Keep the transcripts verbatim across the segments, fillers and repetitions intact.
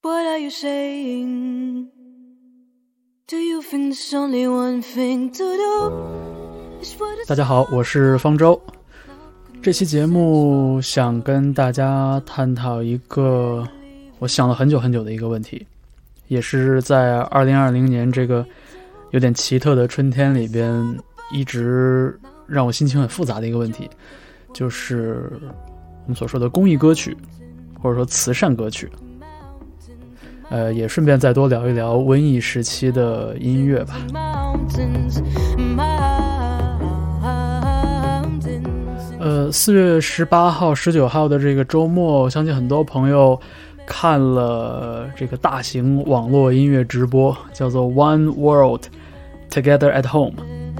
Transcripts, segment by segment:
What are you saying? Do you think there's only one thing to do? 大家好，我是方舟。这期节目想跟大家探讨一个我想了很久很久的一个问题，也是在二零二零年这个有点奇特的春天里边一直让我心情很复杂的一个问题，就是我们所说的公益歌曲或者说慈善歌曲。呃，也顺便再多聊一聊瘟疫时期的音乐吧。呃，四月十八号、十九号的这个周末，我相信很多朋友看了这个大型网络音乐直播，叫做 One World Together at Home。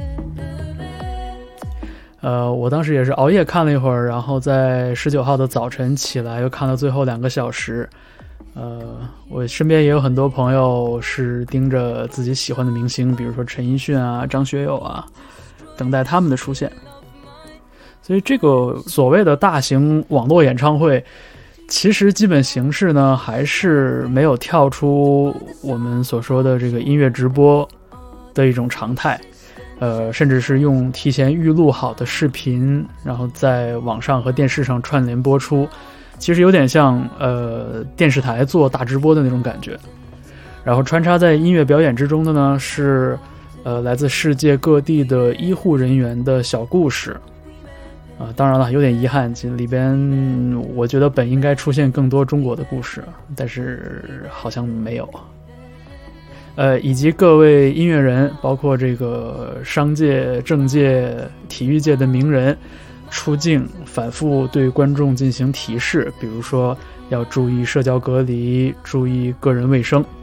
呃，我当时也是熬夜看了一会儿，然后在十九号的早晨起来又看了最后两个小时。呃，我身边也有很多朋友是盯着自己喜欢的明星，比如说陈奕迅啊、张学友啊，等待他们的出现。所以这个所谓的大型网络演唱会，其实基本形式呢，还是没有跳出我们所说的这个音乐直播的一种常态。呃，甚至是用提前预录好的视频，然后在网上和电视上串联播出。其实有点像呃电视台做大直播的那种感觉，然后穿插在音乐表演之中的呢是呃来自世界各地的医护人员的小故事啊、呃，当然了有点遗憾，其实里边我觉得本应该出现更多中国的故事，但是好像没有。呃，以及各位音乐人，包括这个商界、政界、体育界的名人。出镜反复对观众进行提示，比如说要注意社交隔离，注意个人卫生。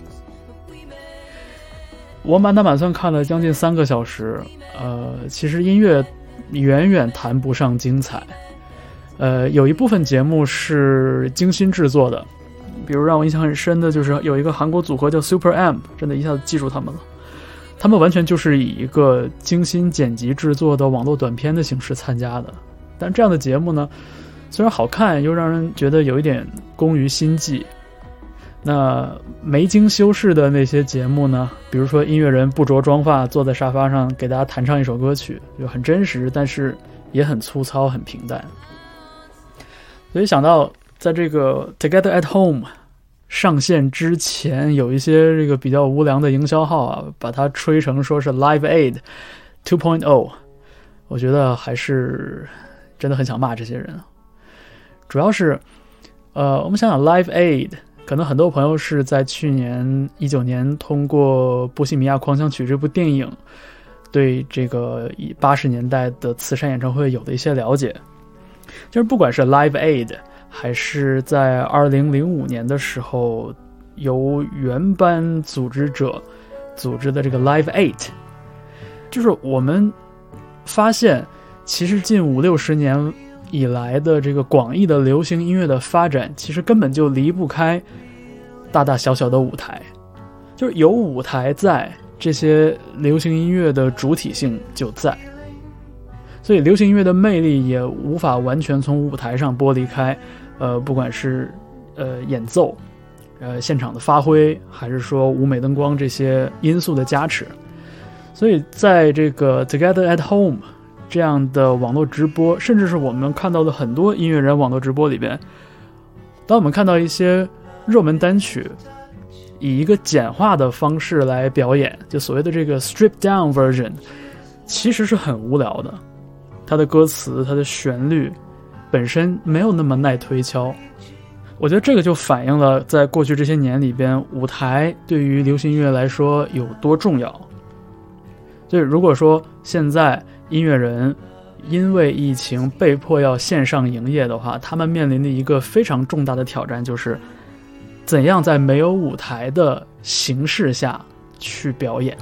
我满打满算看了将近三个小时，呃，其实音乐远远谈不上精彩。呃，有一部分节目是精心制作的，比如让我印象很深的就是有一个韩国组合叫 Super M， 真的一下子记住他们了。他们完全就是以一个精心剪辑制作的网络短片的形式参加的，但这样的节目呢，虽然好看，又让人觉得有一点工于心计。那没经修饰的那些节目呢，比如说音乐人不着妆发坐在沙发上给大家弹唱一首歌曲，就很真实，但是也很粗糙，很平淡。所以想到在这个 Together at Home上线之前，有一些这个比较无良的营销号啊，把它吹成说是 Live Aid 二点零， 我觉得还是真的很想骂这些人。主要是呃，我们想想 Live Aid， 可能很多朋友是在去年一九年通过《波西米亚狂想曲》这部电影对这个八十年代的慈善演唱会有的一些了解。就是不管是 Live Aid还是在二零零五年的时候由原班组织者组织的这个 Live Eight， 就是我们发现其实近五六十年以来的这个广义的流行音乐的发展，其实根本就离不开大大小小的舞台，就是有舞台在，这些流行音乐的主体性就在，所以流行音乐的魅力也无法完全从舞台上剥离开。呃，不管是呃演奏、呃现场的发挥，还是说舞美灯光这些因素的加持，所以在这个 Together at Home 这样的网络直播，甚至是我们看到的很多音乐人网络直播里边，当我们看到一些热门单曲以一个简化的方式来表演，就所谓的这个 strip down version， 其实是很无聊的，它的歌词、它的旋律本身没有那么耐推敲。我觉得这个就反映了在过去这些年里边，舞台对于流行音乐来说有多重要。所以如果说现在音乐人因为疫情被迫要线上营业的话，他们面临的一个非常重大的挑战就是怎样在没有舞台的形式下去表演。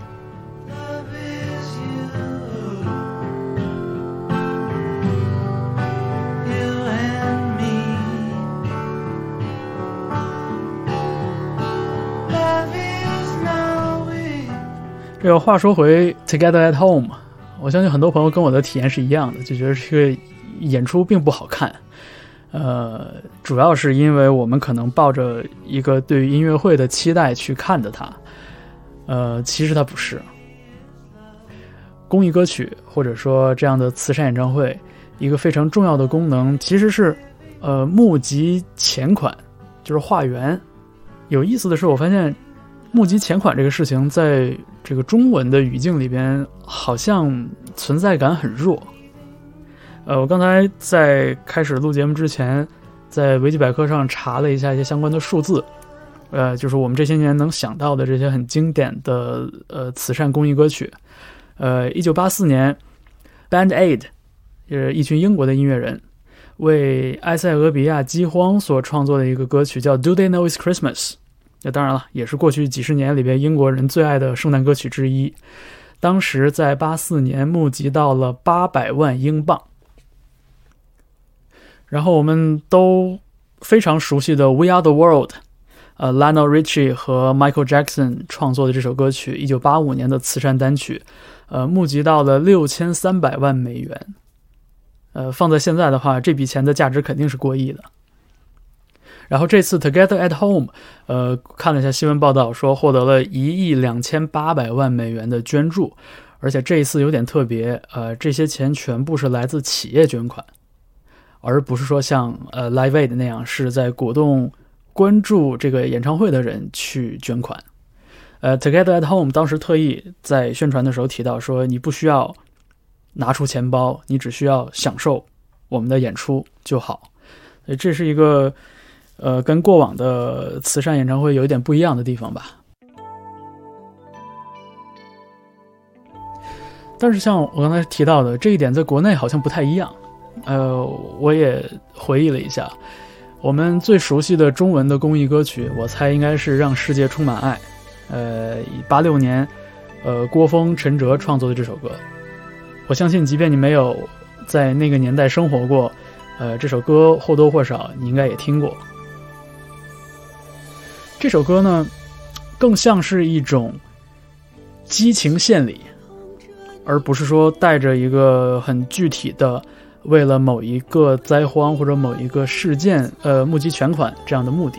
这个话说回 Together at Home， 我相信很多朋友跟我的体验是一样的，就觉得这个演出并不好看， 呃，主要是因为我们可能抱着一个对于音乐会的期待去看的它，呃，其实它不是。公益歌曲或者说这样的慈善演唱会，一个非常重要的功能其实是，呃，募集钱款，就是化缘。有意思的是，我发现募集钱款这个事情在这个中文的语境里边好像存在感很弱。呃，我刚才在开始录节目之前，在维基百科上查了一下一些相关的数字，呃，就是我们这些年能想到的这些很经典的呃慈善公益歌曲。呃，一九八四年 Band Aid 是一群英国的音乐人为埃塞俄比亚饥荒所创作的一个歌曲叫 Do They Know It's Christmas。 那当然了，也是过去几十年里边英国人最爱的圣诞歌曲之一。当时在八四年募集到了八百万英镑。然后我们都非常熟悉的 We Are the World， 呃 Lionel Richie 和 Michael Jackson 创作的这首歌曲，一九八五年的慈善单曲，呃，募集到了六千三百万美元。呃，放在现在的话，这笔钱的价值肯定是过亿的。然后这次 Together at Home， 呃，看了一下新闻报道，说获得了一亿两千八百万美元的捐助，而且这一次有点特别，呃，这些钱全部是来自企业捐款。而不是说像呃 Live Aid 那样是在鼓动关注这个演唱会的人去捐款。呃 Together at Home 当时特意在宣传的时候提到说，你不需要拿出钱包，你只需要享受我们的演出就好。所以这是一个呃跟过往的慈善演唱会有一点不一样的地方吧。但是像我刚才提到的这一点，在国内好像不太一样。呃，我也回忆了一下，我们最熟悉的中文的公益歌曲，我猜应该是《让世界充满爱》。呃，八六年，呃，郭峰、陈哲创作的这首歌，我相信，即便你没有在那个年代生活过，呃，这首歌或多或少你应该也听过。这首歌呢，更像是一种激情献礼，而不是说带着一个很具体的。为了某一个灾荒或者某一个事件呃募集全款这样的目的。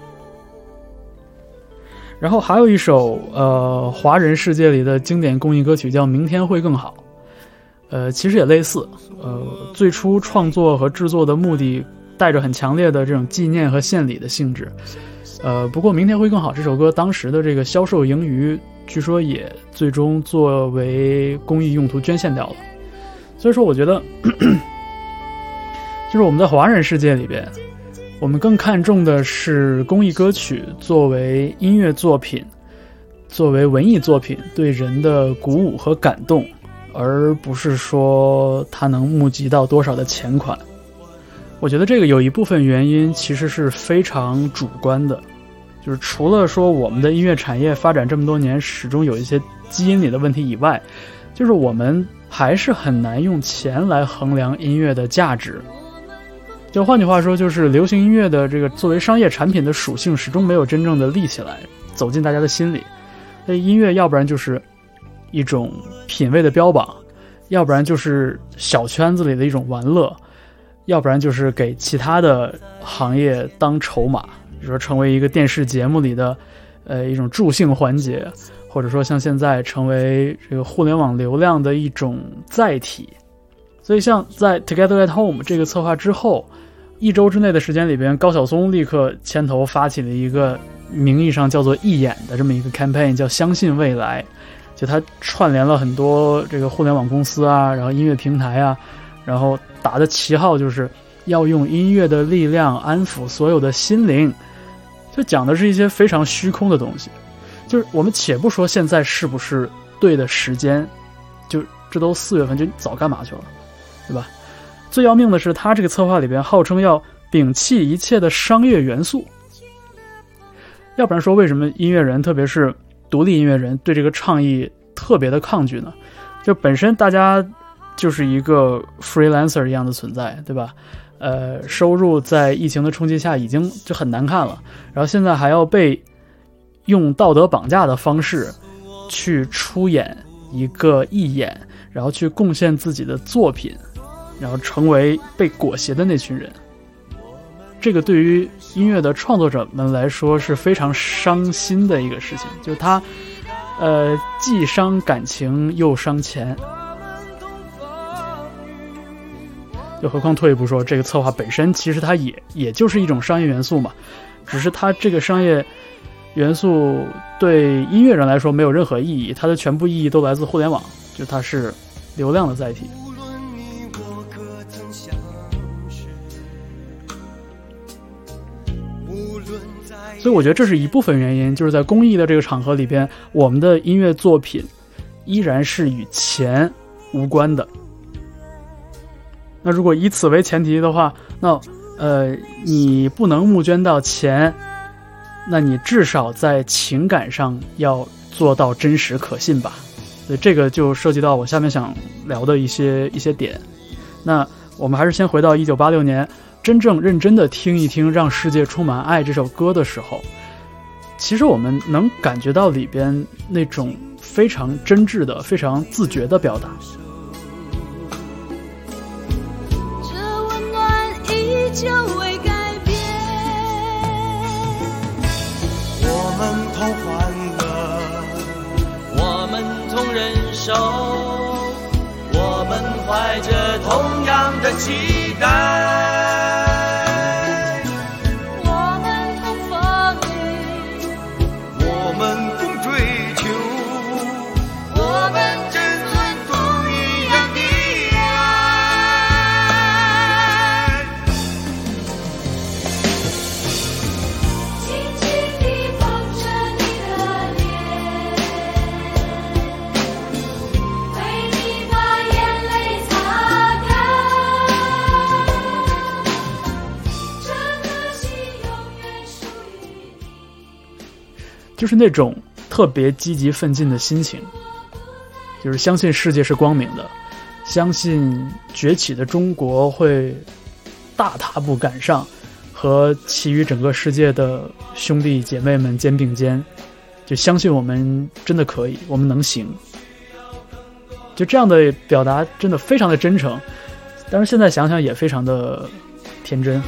然后还有一首呃华人世界里的经典公益歌曲叫《明天会更好》，呃其实也类似，呃最初创作和制作的目的带着很强烈的这种纪念和献礼的性质。呃不过《明天会更好》这首歌当时的这个销售盈余据说也最终作为公益用途捐献掉了。所以说我觉得就是我们在华人世界里边，我们更看重的是公益歌曲作为音乐作品，作为文艺作品对人的鼓舞和感动，而不是说它能募集到多少的钱款。我觉得这个有一部分原因其实是非常主观的，就是除了说我们的音乐产业发展这么多年始终有一些基因里的问题以外，就是我们还是很难用钱来衡量音乐的价值。就换句话说，就是流行音乐的这个作为商业产品的属性始终没有真正的立起来，走进大家的心里。所以音乐要不然就是一种品味的标榜，要不然就是小圈子里的一种玩乐，要不然就是给其他的行业当筹码，比如说成为一个电视节目里的呃一种助兴环节，或者说像现在成为这个互联网流量的一种载体。所以像在 Together at Home 这个策划之后，一周之内的时间里边，高晓松立刻牵头发起了一个名义上叫做义演的这么一个 campaign， 叫相信未来。就他串联了很多这个互联网公司啊，然后音乐平台啊，然后打的旗号就是要用音乐的力量安抚所有的心灵，就讲的是一些非常虚空的东西。就是我们且不说现在是不是对的时间，就这都四月份，就早干嘛去了，对吧？最要命的是他这个策划里边号称要摒弃一切的商业元素，要不然说为什么音乐人特别是独立音乐人对这个倡议特别的抗拒呢？就本身大家就是一个 freelancer 一样的存在，对吧？呃，收入在疫情的冲击下已经就很难看了，然后现在还要被用道德绑架的方式去出演一个义演，然后去贡献自己的作品，然后成为被裹挟的那群人。 这个对于音乐的创作者们来说是非常伤心的一个事情，就是它呃既伤感情又伤钱。就何况退一步说，这个策划本身其实它也也就是一种商业元素嘛，只是它这个商业元素对音乐人来说没有任何意义，它的全部意义都来自互联网，就它是流量的载体。所以我觉得这是一部分原因，就是在公益的这个场合里边，我们的音乐作品依然是与钱无关的。那如果以此为前提的话，那呃，你不能募捐到钱，那你至少在情感上要做到真实可信吧。所以这个就涉及到我下面想聊的一些一些点。那我们还是先回到一九八六年，真正认真的听一听《让世界充满爱》这首歌的时候，其实我们能感觉到里边那种非常真挚的、非常自觉的表达。 这温暖依旧未改变， 我们同欢乐，我们同忍受，我们怀着同样的期待。 就是那种特别积极奋进的心情，就是相信世界是光明的，相信崛起的中国会大踏步赶上，和其余整个世界的兄弟姐妹们肩并肩，就相信我们真的可以，我们能行。就这样的表达真的非常的真诚，但是现在想想也非常的天真。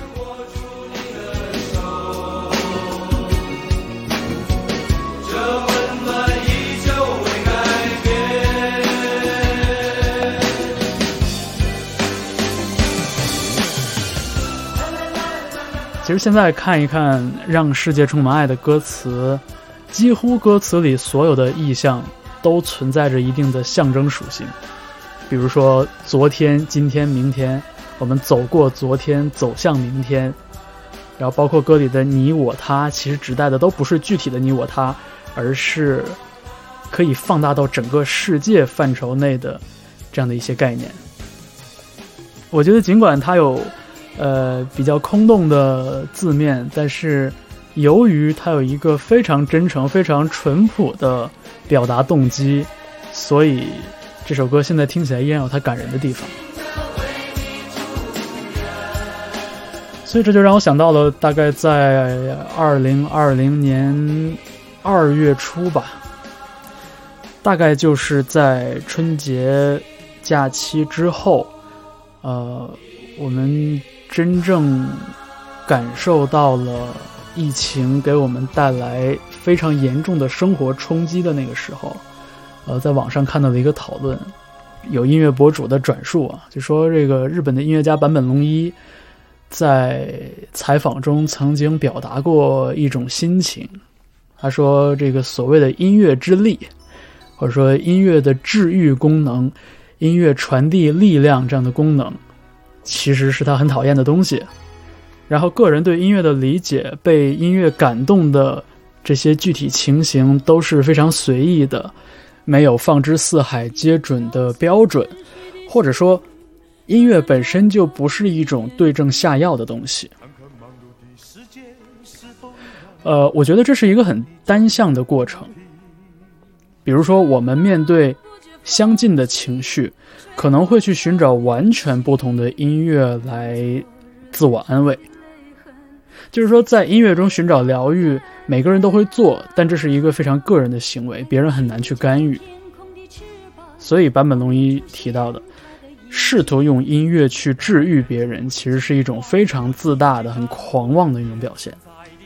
其实现在看一看《让世界充满爱》的歌词，几乎歌词里所有的意象都存在着一定的象征属性。比如说昨天、今天、明天，我们走过昨天，走向明天。然后包括歌里的你我他，其实指代的都不是具体的你我他，而是可以放大到整个世界范畴内的这样的一些概念。我觉得尽管它有呃，比较空洞的字面，但是由于它有一个非常真诚、非常淳朴的表达动机，所以这首歌现在听起来依然有它感人的地方。所以这就让我想到了，大概在二零二零年二月初吧，大概就是在春节假期之后，呃，我们真正感受到了疫情给我们带来非常严重的生活冲击的那个时候，呃，在网上看到了一个讨论，有音乐博主的转述啊，就说这个日本的音乐家坂本龙一在采访中曾经表达过一种心情，他说这个所谓的音乐之力，或者说音乐的治愈功能，音乐传递力量这样的功能，其实是他很讨厌的东西。然后个人对音乐的理解，被音乐感动的这些具体情形都是非常随意的，没有放之四海皆准的标准，或者说音乐本身就不是一种对症下药的东西。呃，我觉得这是一个很单向的过程。比如说我们面对相近的情绪，可能会去寻找完全不同的音乐来自我安慰。就是说在音乐中寻找疗愈，每个人都会做，但这是一个非常个人的行为，别人很难去干预。所以坂本龙一提到的， 试图用音乐去治愈别人，其实是一种非常自大的、很狂妄的一种表现。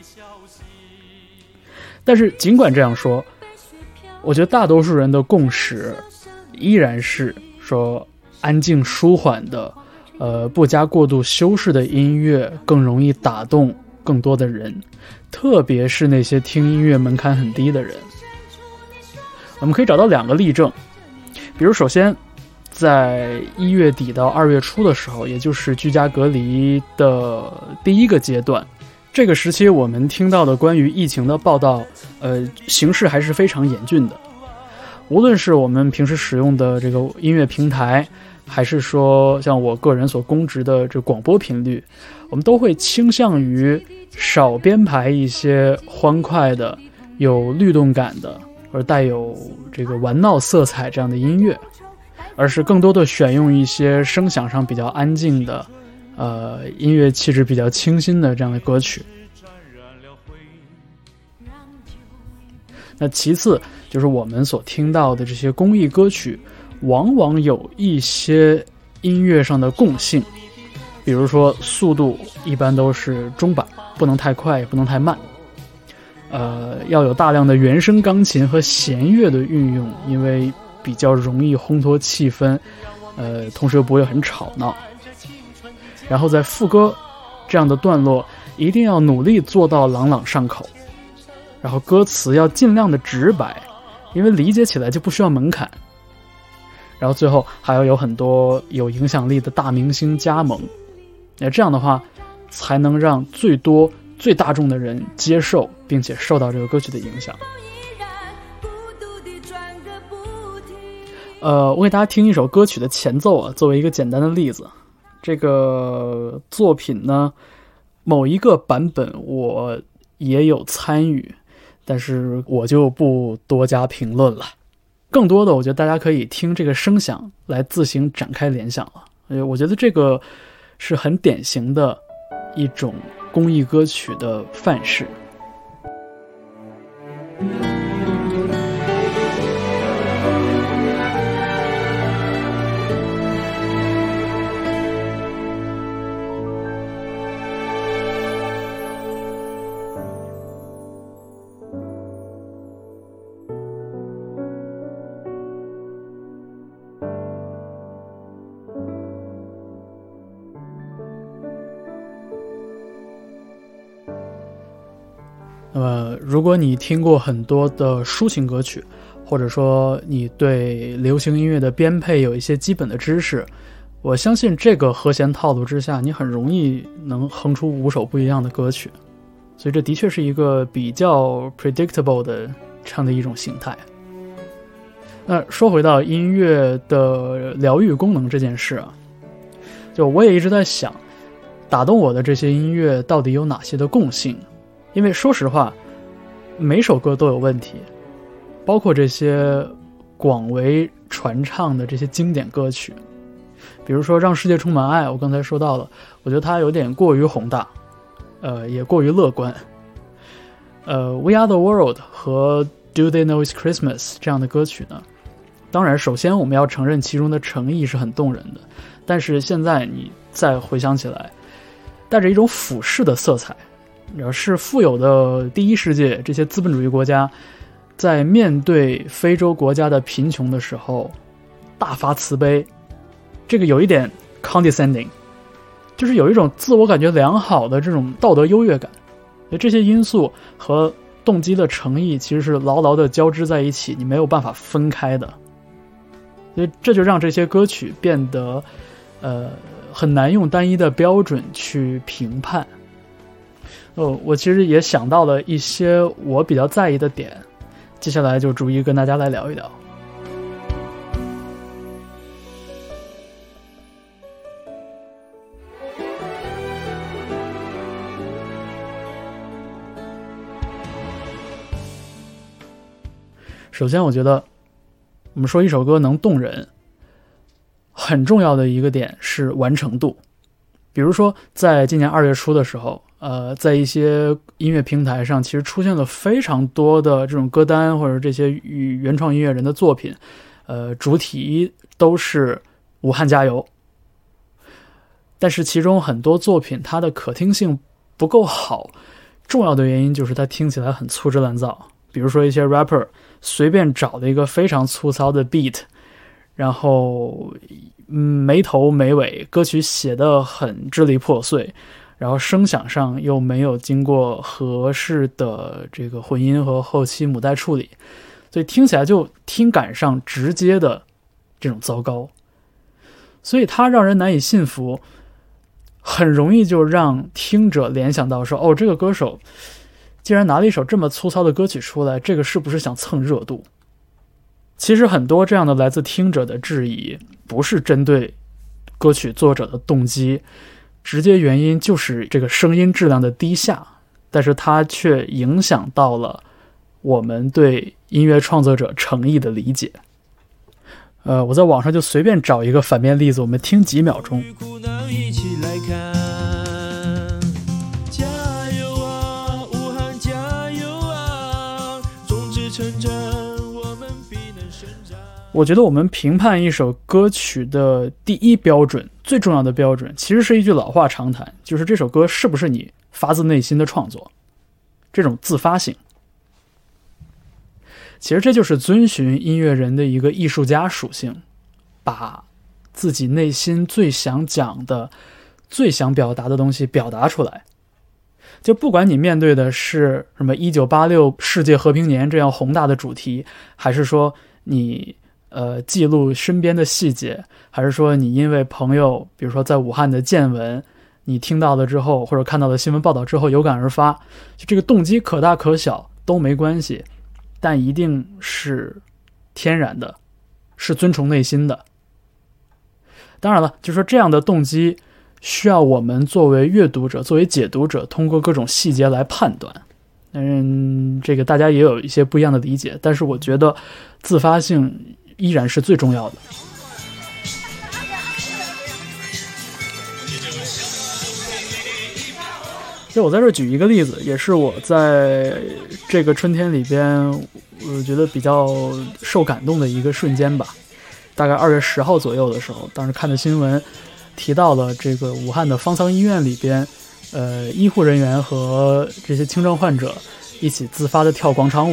但是尽管这样说，我觉得大多数人的共识依然是说，安静舒缓的呃，不加过度修饰的音乐更容易打动更多的人，特别是那些听音乐门槛很低的人。我们可以找到两个例证，比如首先在一月底到二月初的时候，也就是居家隔离的第一个阶段，这个时期我们听到的关于疫情的报道，呃，形势还是非常严峻的。无论是我们平时使用的这个音乐平台，还是说像我个人所供职的这广播频率，我们都会倾向于少编排一些欢快的、有律动感的，而带有这个玩闹色彩这样的音乐，而是更多的选用一些声响上比较安静的，呃，音乐气质比较清新的这样的歌曲。那其次就是我们所听到的这些公益歌曲，往往有一些音乐上的共性，比如说速度一般都是中板，不能太快，也不能太慢。呃，要有大量的原声钢琴和弦乐的运用，因为比较容易烘托气氛，呃，同时又不会很吵闹。然后在副歌这样的段落，一定要努力做到朗朗上口，然后歌词要尽量的直白，因为理解起来就不需要门槛。然后最后还要有很多有影响力的大明星加盟，那这样的话才能让最多最大众的人接受并且受到这个歌曲的影响。呃，我给大家听一首歌曲的前奏啊，作为一个简单的例子。这个作品呢，某一个版本我也有参与，但是我就不多加评论了。更多的我觉得大家可以听这个声响来自行展开联想了。我觉得这个是很典型的一种公益歌曲的范式。那么如果你听过很多的抒情歌曲，或者说你对流行音乐的编配有一些基本的知识，我相信这个和弦套路之下，你很容易能哼出五首不一样的歌曲。所以这的确是一个比较 predictable 的这样的一种形态。那说回到音乐的疗愈功能这件事啊，就我也一直在想，打动我的这些音乐到底有哪些的共性。因为说实话，每首歌都有问题，包括这些广为传唱的这些经典歌曲，比如说《让世界充满爱》，我刚才说到了，我觉得它有点过于宏大，呃，也过于乐观。呃，《We Are the World》和《Do They Know It's Christmas》这样的歌曲呢，当然，首先我们要承认其中的诚意是很动人的，但是现在你再回想起来，带着一种俯视的色彩。是富有的第一世界这些资本主义国家在面对非洲国家的贫穷的时候大发慈悲，这个有一点 condescending， 就是有一种自我感觉良好的这种道德优越感。这些因素和动机的诚意其实是牢牢的交织在一起，你没有办法分开的。所以这就让这些歌曲变得呃很难用单一的标准去评判。哦，我其实也想到了一些我比较在意的点，接下来就逐一跟大家来聊一聊。首先我觉得我们说一首歌能动人，很重要的一个点是完成度。比如说在今年二月初的时候，呃，在一些音乐平台上其实出现了非常多的这种歌单或者这些与原创音乐人的作品，呃，主题都是武汉加油， 但是其中很多作品它的可听性不够好，重要的原因就是它听起来很粗制滥造。比如说一些 rapper 随便找了一个非常粗糙的 beat， 然后嗯没头没尾，歌曲写得很支离破碎，然后声响上又没有经过合适的这个混音和后期母带处理，所以听起来就听感上直接的这种糟糕，所以它让人难以信服，很容易就让听者联想到说，哦，这个歌手既然拿了一首这么粗糙的歌曲出来，这个是不是想蹭热度？其实很多这样的来自听者的质疑，不是针对歌曲作者的动机，直接原因就是这个声音质量的低下，但是它却影响到了我们对音乐创作者诚意的理解。呃，我在网上就随便找一个反面例子，我们听几秒钟。 一起来看，加油啊，武汉加油啊，众志成城，我们必能伸展。 我觉得我们评判一首歌曲的第一标准，最重要的标准，其实是一句老话常谈，就是这首歌是不是你发自内心的创作，这种自发性。其实这就是遵循音乐人的一个艺术家属性，把自己内心最想讲的、最想表达的东西表达出来。就不管你面对的是什么一九八六世界和平年这样宏大的主题，还是说你呃记录身边的细节，还是说你因为朋友比如说在武汉的见闻，你听到了之后或者看到了新闻报道之后有感而发，就这个动机可大可小都没关系，但一定是天然的，是遵从内心的。当然了，就是说这样的动机需要我们作为阅读者、作为解读者，通过各种细节来判断。嗯，这个大家也有一些不一样的理解，但是我觉得自发性依然是最重要的。就我在这举一个例子，也是我在这个春天里边，我觉得比较受感动的一个瞬间吧。大概二月十号左右的时候，当时看的新闻提到了这个武汉的方舱医院里边，呃，医护人员和这些轻症患者一起自发的跳广场舞。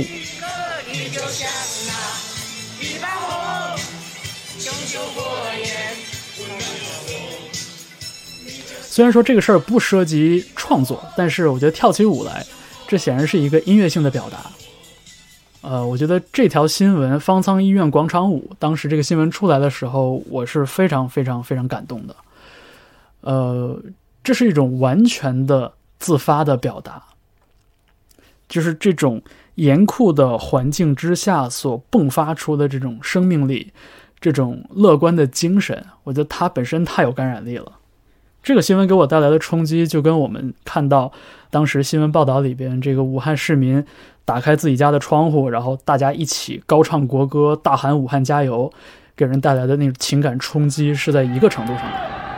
虽然说这个事儿不涉及创作，但是我觉得跳起舞来，这显然是一个音乐性的表达。呃，我觉得这条新闻方舱医院广场舞，当时这个新闻出来的时候，我是非常非常非常感动的。呃，这是一种完全的自发的表达，就是这种严酷的环境之下所迸发出的这种生命力，这种乐观的精神，我觉得它本身太有感染力了。这个新闻给我带来的冲击，就跟我们看到当时新闻报道里边，这个武汉市民打开自己家的窗户，然后大家一起高唱国歌，大喊武汉加油，给人带来的那种情感冲击是在一个程度上的。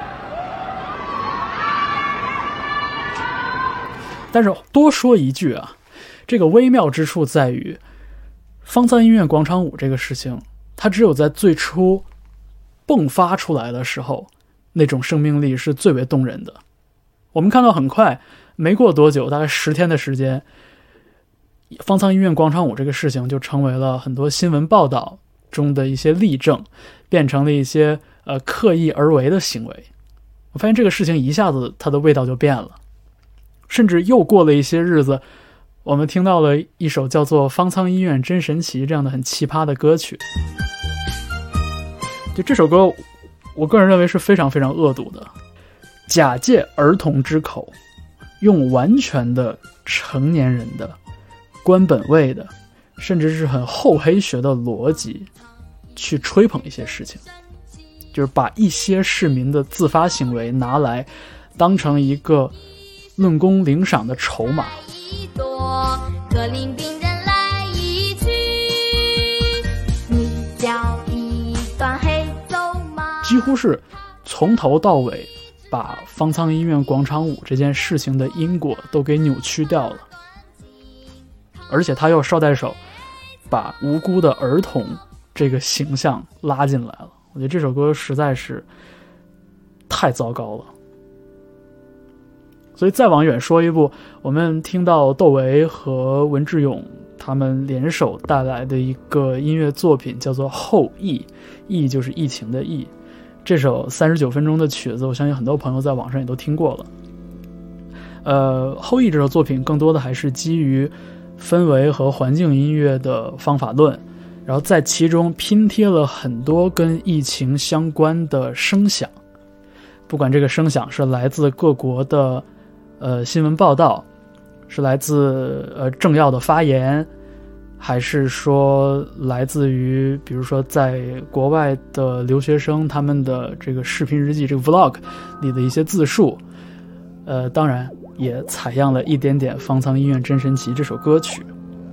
但是多说一句啊，这个微妙之处在于，方舱医院广场舞这个事情，它只有在最初迸发出来的时候，那种生命力是最为动人的。我们看到很快，没过多久，大概十天的时间，方舱医院广场舞这个事情就成为了很多新闻报道中的一些例证，变成了一些呃刻意而为的行为。我发现这个事情一下子它的味道就变了，甚至又过了一些日子，我们听到了一首叫做《方舱医院真神奇》这样的很奇葩的歌曲。就这首歌，我个人认为是非常非常恶毒的，假借儿童之口，用完全的成年人的官本位的，甚至是很厚黑学的逻辑去吹捧一些事情，就是把一些市民的自发行为拿来当成一个论功领赏的筹码。可令病人来一曲，你叫一段黑走马，几乎是从头到尾把方舱医院广场舞这件事情的因果都给扭曲掉了。而且他又捎带手把无辜的儿童这个形象拉进来了。我觉得这首歌实在是太糟糕了。 所以再往远说一步，我们听到窦唯和文志勇他们联手带来的一个音乐作品叫做《后疫》，疫就是疫情的疫。这首三十九分钟的曲子，我相信很多朋友在网上也都听过了。呃，《后疫》这首作品更多的还是基于氛围和环境音乐的方法论，然后在其中拼贴了很多跟疫情相关的声响，不管这个声响是来自各国的呃新闻报道，是来自呃政要的发言，还是说来自于比如说在国外的留学生他们的这个视频日记，这个 vlog 里的一些自述，呃，当然也采样了一点点方舱医院真神奇这首歌曲。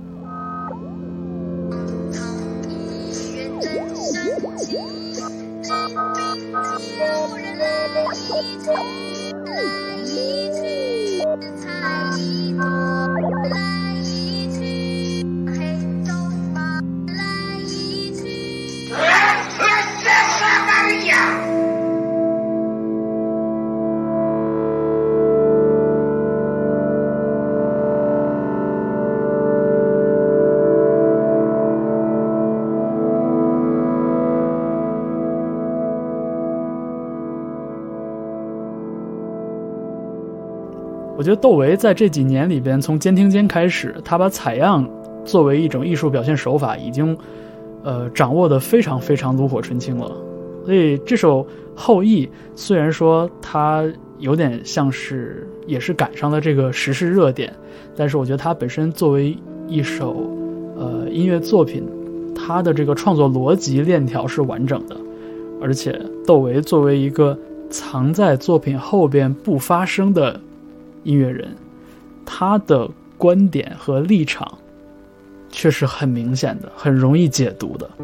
我觉得窦唯在这几年里边，从监听间开始，他把采样作为一种艺术表现手法，已经呃掌握得非常非常炉火纯青了。所以这首《后疫》虽然说它有点像是也是赶上了这个时事热点，但是我觉得它本身作为一首呃音乐作品，它的这个创作逻辑链条是完整的，而且窦唯作为一个藏在作品后边不发声的音乐人，他的观点和立场却是很明显的，很容易解读的。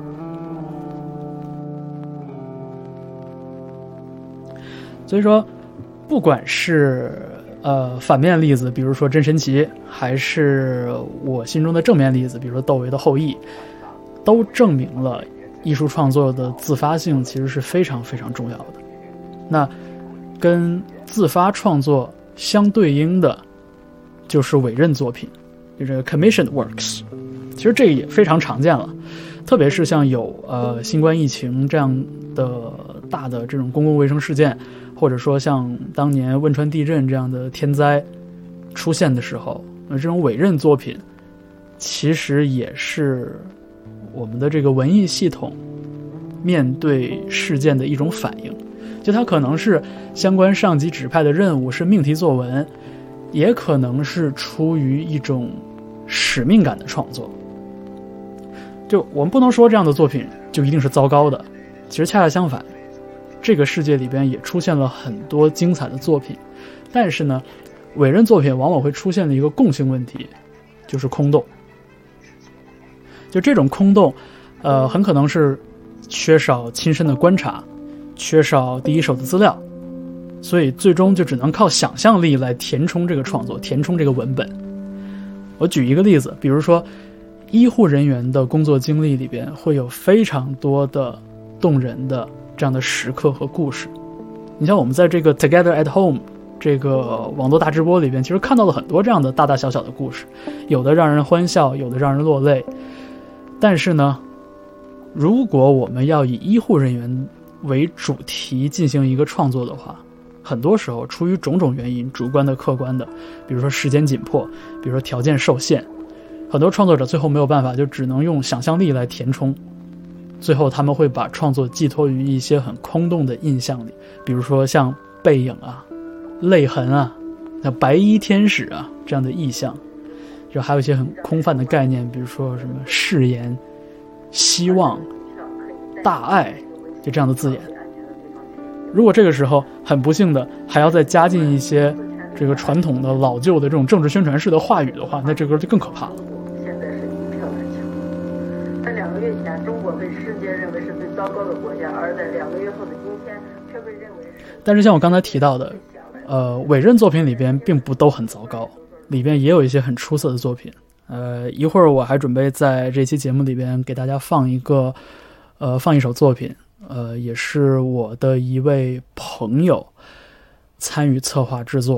所以说不管是呃反面例子，比如说真神奇，还是我心中的正面例子，比如说窦唯的后疫，都证明了艺术创作的自发性其实是非常非常重要的。那跟自发创作相对应的就是委任作品，就是 commissioned works。 其实这个也非常常见了，特别是像有呃新冠疫情这样的大的这种公共卫生事件，或者说像当年汶川地震这样的天灾出现的时候，那这种委任作品其实也是我们的这个文艺系统面对事件的一种反应。就它可能是相关上级指派的任务，是命题作文，也可能是出于一种使命感的创作。就我们不能说这样的作品就一定是糟糕的，其实恰恰相反，这个世界里边也出现了很多精彩的作品，但是呢，委任作品往往会出现的一个共性问题，就是空洞。就这种空洞，呃，很可能是缺少亲身的观察，缺少第一手的资料，所以最终就只能靠想象力来填充这个创作，填充这个文本。我举一个例子，比如说医护人员的工作经历里边会有非常多的动人的这样的时刻和故事。你像我们在这个 Together at Home 这个网络大直播里边，其实看到了很多这样的大大小小的故事，有的让人欢笑，有的让人落泪。但是呢，如果我们要以医护人员为主题进行一个创作的话，很多时候出于种种原因，主观的客观的，比如说时间紧迫，比如说条件受限，很多创作者最后没有办法，就只能用想象力来填充，最后他们会把创作寄托于一些很空洞的印象里，比如说像背影啊、泪痕啊、像白衣天使啊这样的意象，就还有一些很空泛的概念，比如说什么誓言、希望、大爱，就这样的字眼。如果这个时候很不幸的还要再加进一些这个传统的老旧的这种政治宣传式的话语的话，那这个就更可怕了。 现在是一票难求。在两个月前，中国被世界认为是最糟糕的国家，而在两个月后的今天，却被认为是…… 但是像我刚才提到的，呃，委任作品里边并不都很糟糕，里边也有一些很出色的作品。呃，一会儿我还准备在这期节目里边给大家放一个，呃，放一首作品。呃，也是我的一位朋友参与策划制作的，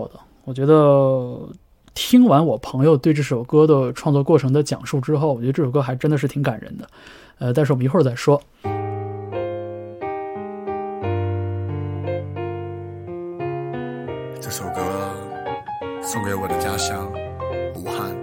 我觉得听完我朋友对这首歌的创作过程的讲述之后，我觉得这首歌还真的是挺感人的。呃，但是我们一会儿再说。 这首歌送给我的家乡武汉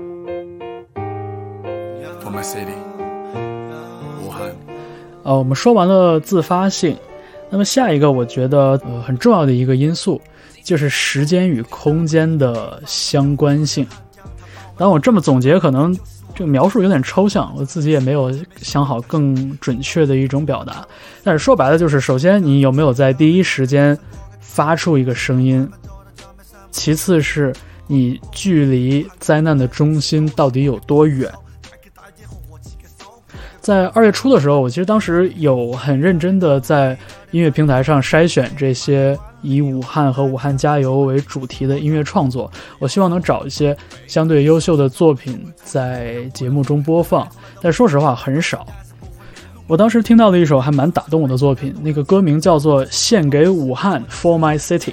For my city 武汉。 呃，我们说完了自发性，那么下一个我觉得呃很重要的一个因素就是时间与空间的相关性。当我这么总结，可能这个描述有点抽象，我自己也没有想好更准确的一种表达。但是说白了就是，首先你有没有在第一时间发出一个声音，其次是你距离灾难的中心到底有多远。在二月初的时候，我其实当时有很认真的在音乐平台上筛选这些以武汉和武汉加油为主题的音乐创作，我希望能找一些相对优秀的作品在节目中播放，但说实话很少。我当时听到了一首还蛮打动我的作品，那个歌名叫做《献给武汉 For My City》。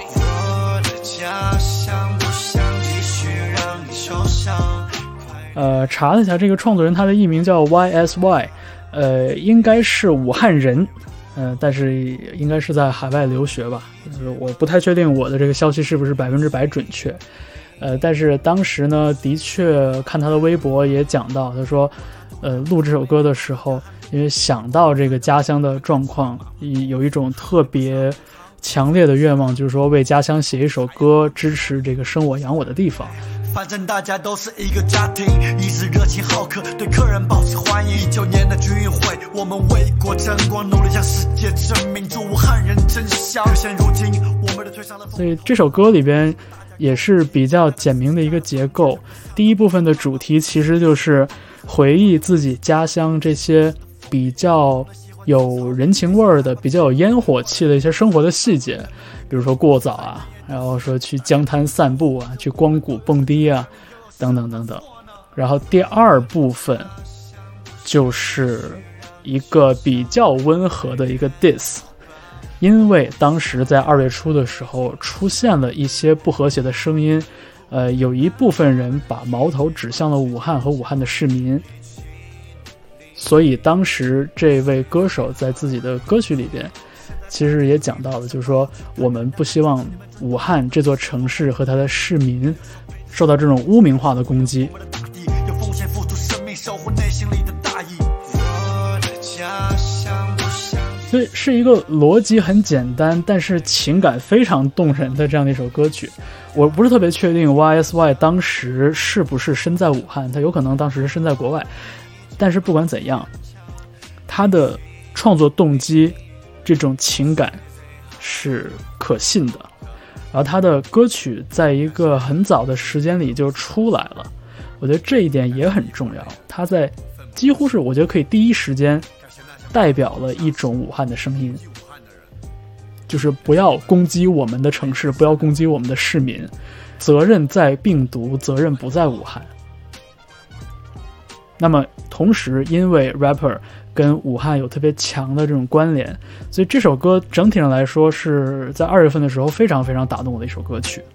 呃，查了一下这个创作人，他的艺名叫 Y S Y， 呃，应该是武汉人，呃，但是应该是在海外留学吧，就是我不太确定我的这个消息是不是百分之百准确，呃，但是当时呢，的确看他的微博也讲到，他说，呃，录这首歌的时候，因为想到这个家乡的状况，有一种特别强烈的愿望，就是说为家乡写一首歌，支持这个生我养我的地方。 反正大家都是一个家庭，一直热情好客，对客人保持欢迎。一九年的军运会，我们为国争光，努力向世界证明，祝武汉人真香。现如今，我们的推上了。 所以这首歌里边也是比较简明的一个结构。第一部分的主题其实就是回忆自己家乡这些比较有人情味儿的、比较有烟火气的一些生活的细节，比如说过早啊。然后说去江滩散步啊，去光谷蹦迪啊，等等等等。然后第二部分就是一个比较温和的一个 diss， 因为当时在二月初的时候出现了一些不和谐的声音，呃，有一部分人把矛头指向了武汉和武汉的市民，所以当时这位歌手在自己的歌曲里边其实也讲到了，就是说我们不希望武汉这座城市和它的市民受到这种污名化的攻击。所以是一个逻辑很简单，但是情感非常动人的这样的一首歌曲。我不是特别确定 Y S Y 当时是不是身在武汉，他有可能当时是身在国外，但是不管怎样，他的创作动机这种情感是可信的，然后他的歌曲在一个很早的时间里就出来了，我觉得这一点也很重要。他在几乎是我觉得可以第一时间代表了一种武汉的声音，就是不要攻击我们的城市，不要攻击我们的市民，责任在病毒，责任不在武汉。那么同时因为 rapper 跟武汉有特别强的这种关联，所以这首歌整体上来说是在二月份的时候非常非常打动我的一首歌曲。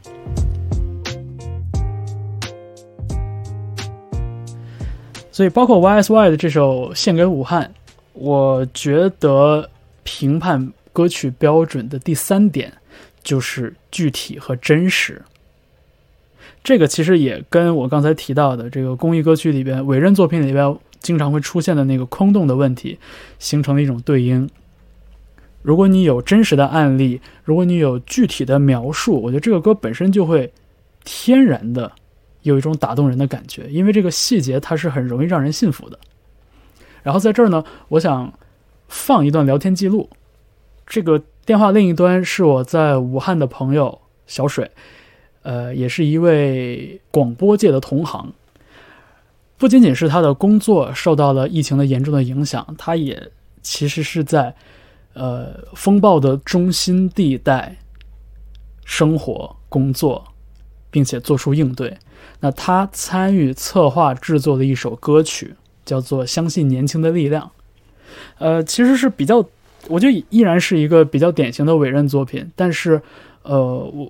所以包括 Y S Y 的这首《献给武汉》，我觉得评判歌曲标准的第三点就是具体和真实。这个其实也跟我刚才提到的这个公益歌曲里边、委任作品里边经常会出现的那个空洞的问题形成了一种对应。如果你有真实的案例，如果你有具体的描述，我觉得这个歌本身就会天然的有一种打动人的感觉，因为这个细节它是很容易让人信服的。然后在这儿呢，我想放一段聊天记录。这个电话另一端是我在武汉的朋友小水，呃，也是一位广播界的同行。不仅仅是他的工作受到了疫情的严重的影响，他也其实是在呃风暴的中心地带生活工作，并且做出应对。那他参与策划制作的一首歌曲叫做《相信年轻的力量》，呃，其实是比较，我觉得依然是一个比较典型的委任作品，但是呃，我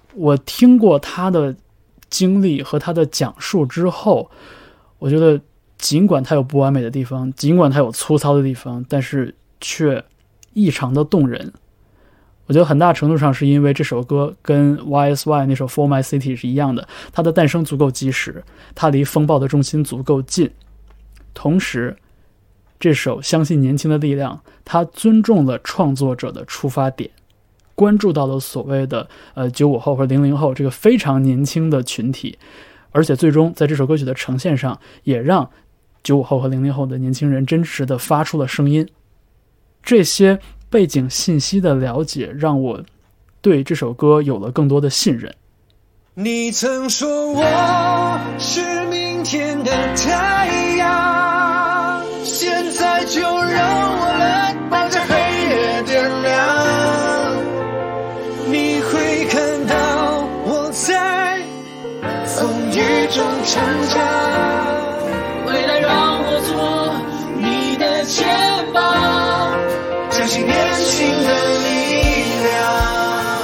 我听过他的经历和他的讲述之后，我觉得尽管他有不完美的地方，尽管他有粗糙的地方，但是却异常的动人。我觉得很大程度上是因为这首歌跟 Y S Y 那首 For My City 是一样的，它的诞生足够及时，它离风暴的中心足够近，同时这首相信年轻的力量，它尊重了创作者的出发点，关注到了所谓的呃九五后或零零后这个非常年轻的群体，而且最终在这首歌曲的呈现上，也让九五后和零零后的年轻人真实的发出了声音。这些背景信息的了解，让我对这首歌有了更多的信任。 你曾说我是明天的太阳，现在就让我来把这黑夜点亮。你会看到我在风雨中成长，未来让我做你的肩膀，相信年轻的力量。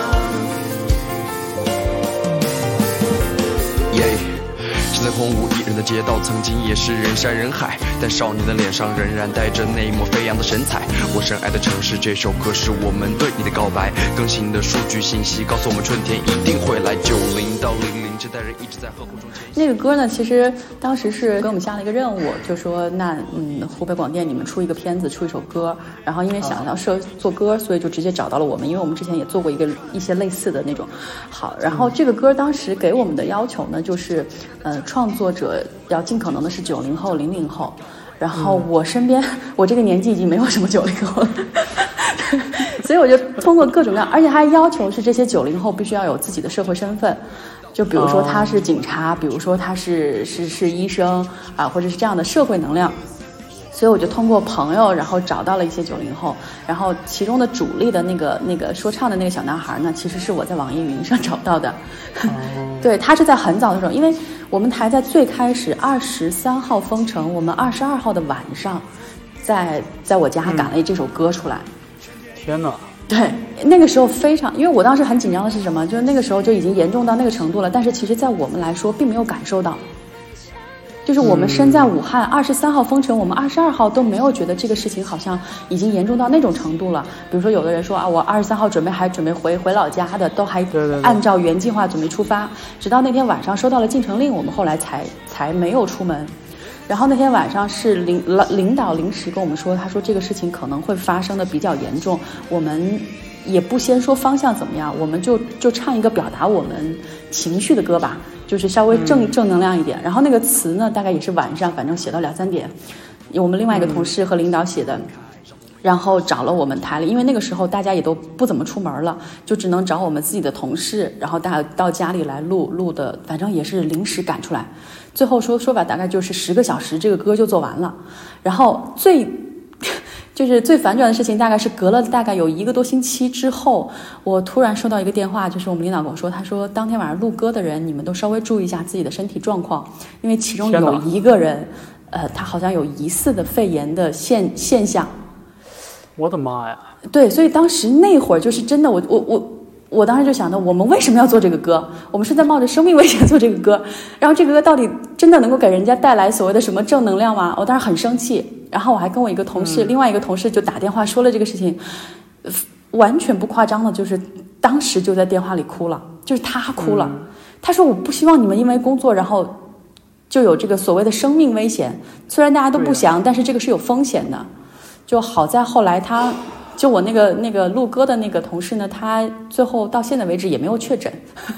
现在空无一人的街道，曾经也是人山人海，但少年的脸上仍然带着那抹飞扬的神采。我深爱的城市，这首歌是我们对你的告白。更新的数据信息告诉我们，春天一定会来。九零到零零，这代人一直在呵护中。 那个歌呢，其实当时是给我们下了一个任务，就说那嗯，湖北广电你们出一个片子，出一首歌。然后因为想要设做歌，所以就直接找到了我们，因为我们之前也做过一个一些类似的那种。好，然后这个歌当时给我们的要求呢，就是呃。创作者要尽可能的是九零后、零零后，然后我身边、嗯、我这个年纪已经没有什么九零后了，所以我就通过各种各样，而且还要求是这些九零后必须要有自己的社会身份，就比如说他是警察，哦、比如说他是是是医生啊，或者是这样的社会能量。所以我就通过朋友，然后找到了一些九零后，然后其中的主力的那个那个说唱的那个小男孩呢，其实是我在网易云上找到的。哦、对，他是在很早的时候，因为我们台在最开始二十三号封城，我们二十二号的晚上，在在我家赶了这首歌出来。 嗯、天哪！ 对，那个时候非常，因为我当时很紧张的是什么？就是那个时候就已经严重到那个程度了，但是其实在我们来说并没有感受到。就是我们身在武汉，二十三号封城，我们二十二号都没有觉得这个事情好像已经严重到那种程度了。比如说，有的人说啊，我二十三号准备还准备回回老家的，都还按照原计划准备出发。直到那天晚上收到了禁城令，我们后来才才没有出门。然后那天晚上是领领导临时跟我们说，他说这个事情可能会发生的比较严重，我们也不先说方向怎么样，我们就就唱一个表达我们情绪的歌吧。就是稍微正正能量一点，然后那个词呢，大概也是晚上，反正写到两三点，我们另外一个同事和领导写的，然后找了我们台里，因为那个时候大家也都不怎么出门了，就只能找我们自己的同事，然后大家到家里来录录的，反正也是临时赶出来，最后说说法大概就是十个小时，这个歌就做完了，然后最。就是最反转的事情，大概是隔了大概有一个多星期之后，我突然收到一个电话，就是我们领导跟我说，他说当天晚上录歌的人，你们都稍微注意一下自己的身体状况，因为其中有一个人，呃，他好像有疑似的肺炎的现现象。 我的妈呀！ 对，所以当时那会儿就是真的，我我我。我当时就想到，我们为什么要做这个歌？我们是在冒着生命危险做这个歌，然后这个歌到底真的能够给人家带来所谓的什么正能量吗？我当时很生气，然后我还跟我一个同事，嗯、另外一个同事就打电话说了这个事情，完全不夸张的，就是当时就在电话里哭了，就是他哭了，嗯、他说我不希望你们因为工作然后就有这个所谓的生命危险，虽然大家都不想，但是这个是有风险的。就好在后来他。就我那个那个录歌的那个同事呢，他最后到现在为止也没有确诊，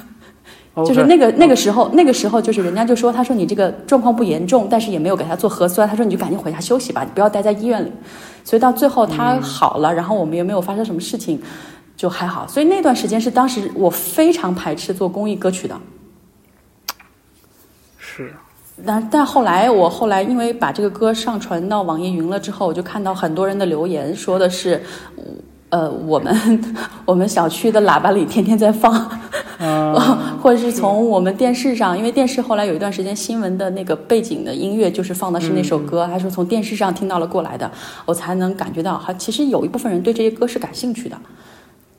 okay, 就是那个那个时候那个时候就是人家就说，他说你这个状况不严重，但是也没有给他做核酸，他说你就赶紧回家休息吧，你不要待在医院里。所以到最后他好了，嗯、然后我们也没有发生什么事情，就还好。所以那段时间是当时我非常排斥做公益歌曲的， 是。 但但后来我后来因为把这个歌上传到网易云了之后，我就看到很多人的留言说的是，呃，我们我们小区的喇叭里天天在放，呃、或者是从我们电视上，因为电视后来有一段时间新闻的那个背景的音乐就是放的是那首歌，嗯、还是从电视上听到了过来的，我才能感觉到哈，其实有一部分人对这些歌是感兴趣的。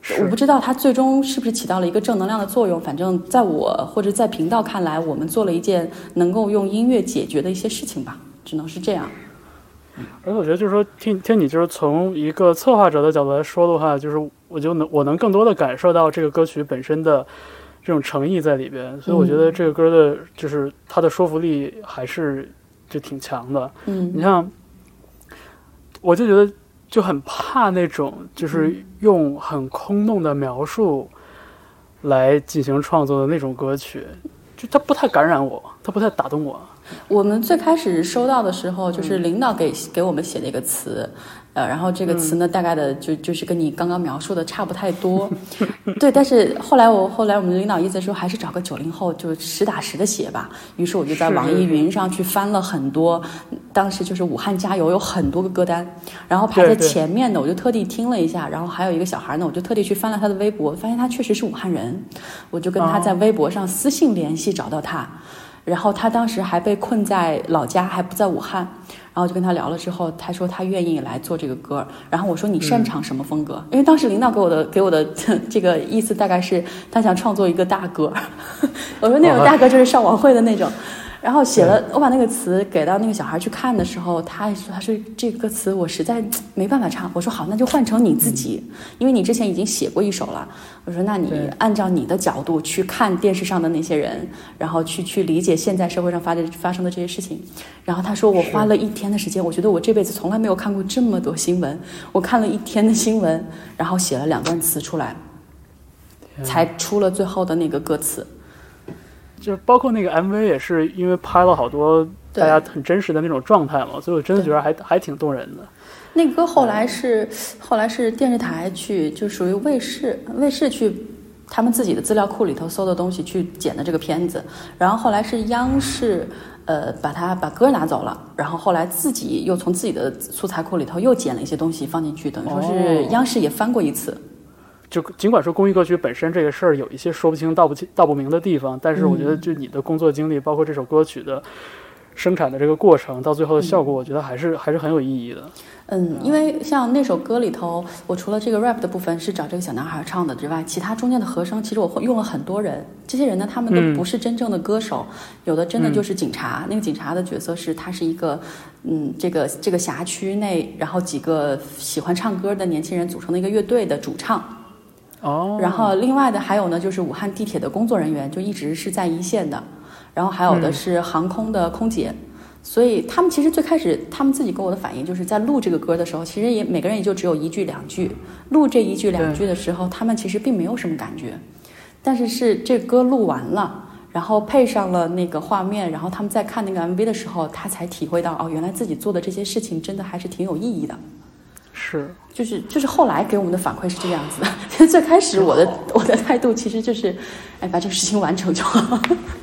我不知道它最终是不是起到了一个正能量的作用，反正在我或者在频道看来，我们做了一件能够用音乐解决的一些事情吧，只能是这样。 而且我觉得就是说听听你就是从一个策划者的角度来说的话，就是我就能我能更多的感受到这个歌曲本身的这种诚意在里边，所以我觉得这个歌的就是它的说服力还是就挺强的。 嗯， 你像我就觉得就很怕那种就是用很空洞的描述来进行创作的那种歌曲，就它不太感染我，它不太打动我。 我们最开始收到的时候，就是领导给给我们写的一个词，呃，然后这个词呢，大概的就就是跟你刚刚描述的差不太多，对。但是后来我后来我们领导意思说，还是找个九零后，就实打实的写吧。于是我就在网易云上去翻了很多，当时就是武汉加油有很多个歌单，然后排在前面的我就特地听了一下，然后还有一个小孩呢，我就特地去翻了他的微博，发现他确实是武汉人，我就跟他在微博上私信联系，找到他。然后他当时还被困在老家，还不在武汉，然后就跟他聊了之后，他说他愿意来做这个歌。然后我说你擅长什么风格？嗯、因为当时领导给我的给我的这个意思大概是他想创作一个大歌，我说那种大歌就是上晚会的那种。然后写了，我把那个词给到那个小孩去看的时候，他说他说这个词我实在没办法唱。我说好，那就换成你自己，因为你之前已经写过一首了。我说那你按照你的角度去看电视上的那些人，然后去去理解现在社会上发的发生的这些事情。然后他说我花了一天的时间，我觉得我这辈子从来没有看过这么多新闻，我看了一天的新闻，然后写了两段词出来，才出了最后的那个歌词。 就是包括那个 M V 也是因为拍了好多大家很真实的那种状态嘛，所以我真的觉得还还挺动人的。 那个歌后来是后来是电视台去，就属于卫视卫视去他们自己的资料库里头搜的东西去剪的这个片子，然后后来是央视呃把它把歌拿走了，然后后来自己又从自己的素材库里头又剪了一些东西放进去，等于说是央视也翻过一次。 就尽管说公益歌曲本身这个事儿有一些说不清道不清道不明的地方，但是我觉得就你的工作经历，包括这首歌曲的生产的这个过程到最后的效果，我觉得还是还是很有意义的。 嗯，因为像那首歌里头，我除了这个 rap 的部分是找这个小男孩唱的之外，其他中间的和声其实我用了很多人，这些人呢他们都不是真正的歌手，嗯、有的真的就是警察、嗯、那个警察的角色是他是一个嗯这个这个辖区内，然后几个喜欢唱歌的年轻人组成的一个乐队的主唱。 哦， 然后另外的还有呢，就是武汉地铁的工作人员，就一直是在一线的，然后还有的是航空的空姐，嗯、所以他们其实最开始他们自己给我的反应就是在录这个歌的时候，其实也每个人也就只有一句两句，录这一句两句的时候，他们其实并没有什么感觉，但是是这歌录完了，然后配上了那个画面，然后他们在看那个 M V 的时候，他才体会到哦，原来自己做的这些事情真的还是挺有意义的。 是， 就是就是后来给我们的反馈是这个样子的。其实最开始我的我的态度其实就是，哎，把这个事情完成就好。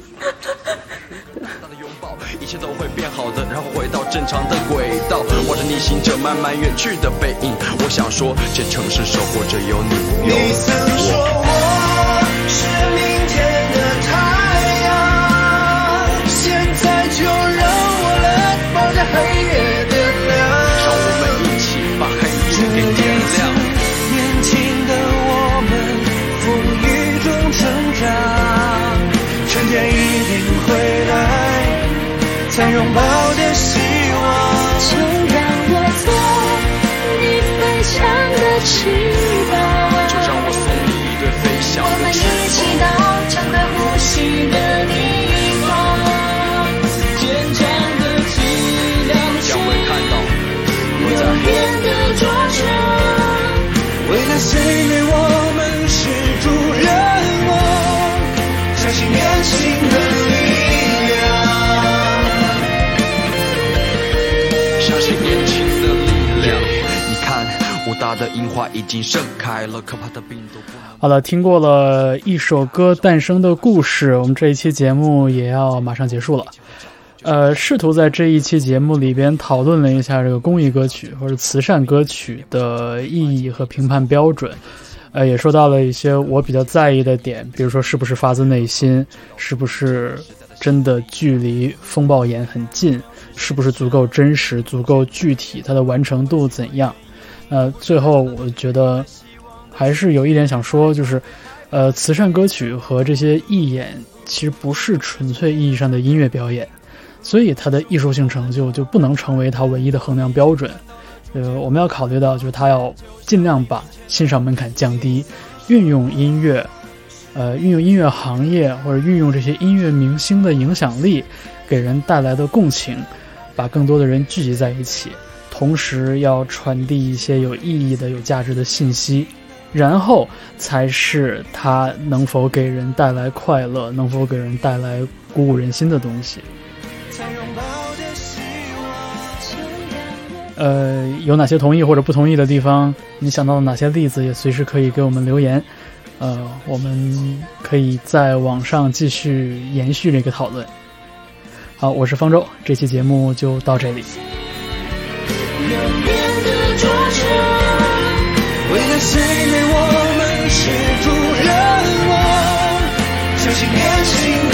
一切都会变好的，然后回到正常的轨道，望着逆行者慢慢远去的背影。我想说，这城市守护着有你，有你曾说我是明天的太阳，现在就让我来抱着黑夜的亮， 让我们一起把黑夜给点亮。 年轻的我们风雨中成长，春天一定会来，才拥抱着希望。 就让我做你飞翔的翅膀， 就让我送你一对飞翔的翅膀。 我们一起到整个呼吸的地方，坚强的脊梁将会看到我在永远的桌上。 未来谁没我们是主人翁，相信年轻的力量， 相信年轻的力量。你看，武大的樱花已经盛开了，可怕的病毒。 好了，听过了一首歌诞生的故事，我们这一期节目也要马上结束了。呃，试图在这一期节目里边讨论了一下这个公益歌曲或者慈善歌曲的意义和评判标准。呃，也说到了一些我比较在意的点，比如说是不是发自内心，是不是真的距离风暴眼很近，是不是足够真实、足够具体，它的完成度怎样？呃，最后我觉得还是有一点想说，就是呃，慈善歌曲和这些义演其实不是纯粹意义上的音乐表演，所以它的艺术性成就就不能成为它唯一的衡量标准。呃，我们要考虑到，就是它要尽量把欣赏门槛降低，运用音乐，呃，运用音乐行业或者运用这些音乐明星的影响力，给人带来的共情，把更多的人聚集在一起，同时要传递一些有意义的、有价值的信息，然后才是它能否给人带来快乐，能否给人带来鼓舞人心的东西。呃，有哪些同意或者不同意的地方？你想到了哪些例子？也随时可以给我们留言。呃，我们可以在网上继续延续这个讨论。好，我是方舟，这期节目就到这里。 为了谁给我们是主人翁，相信年轻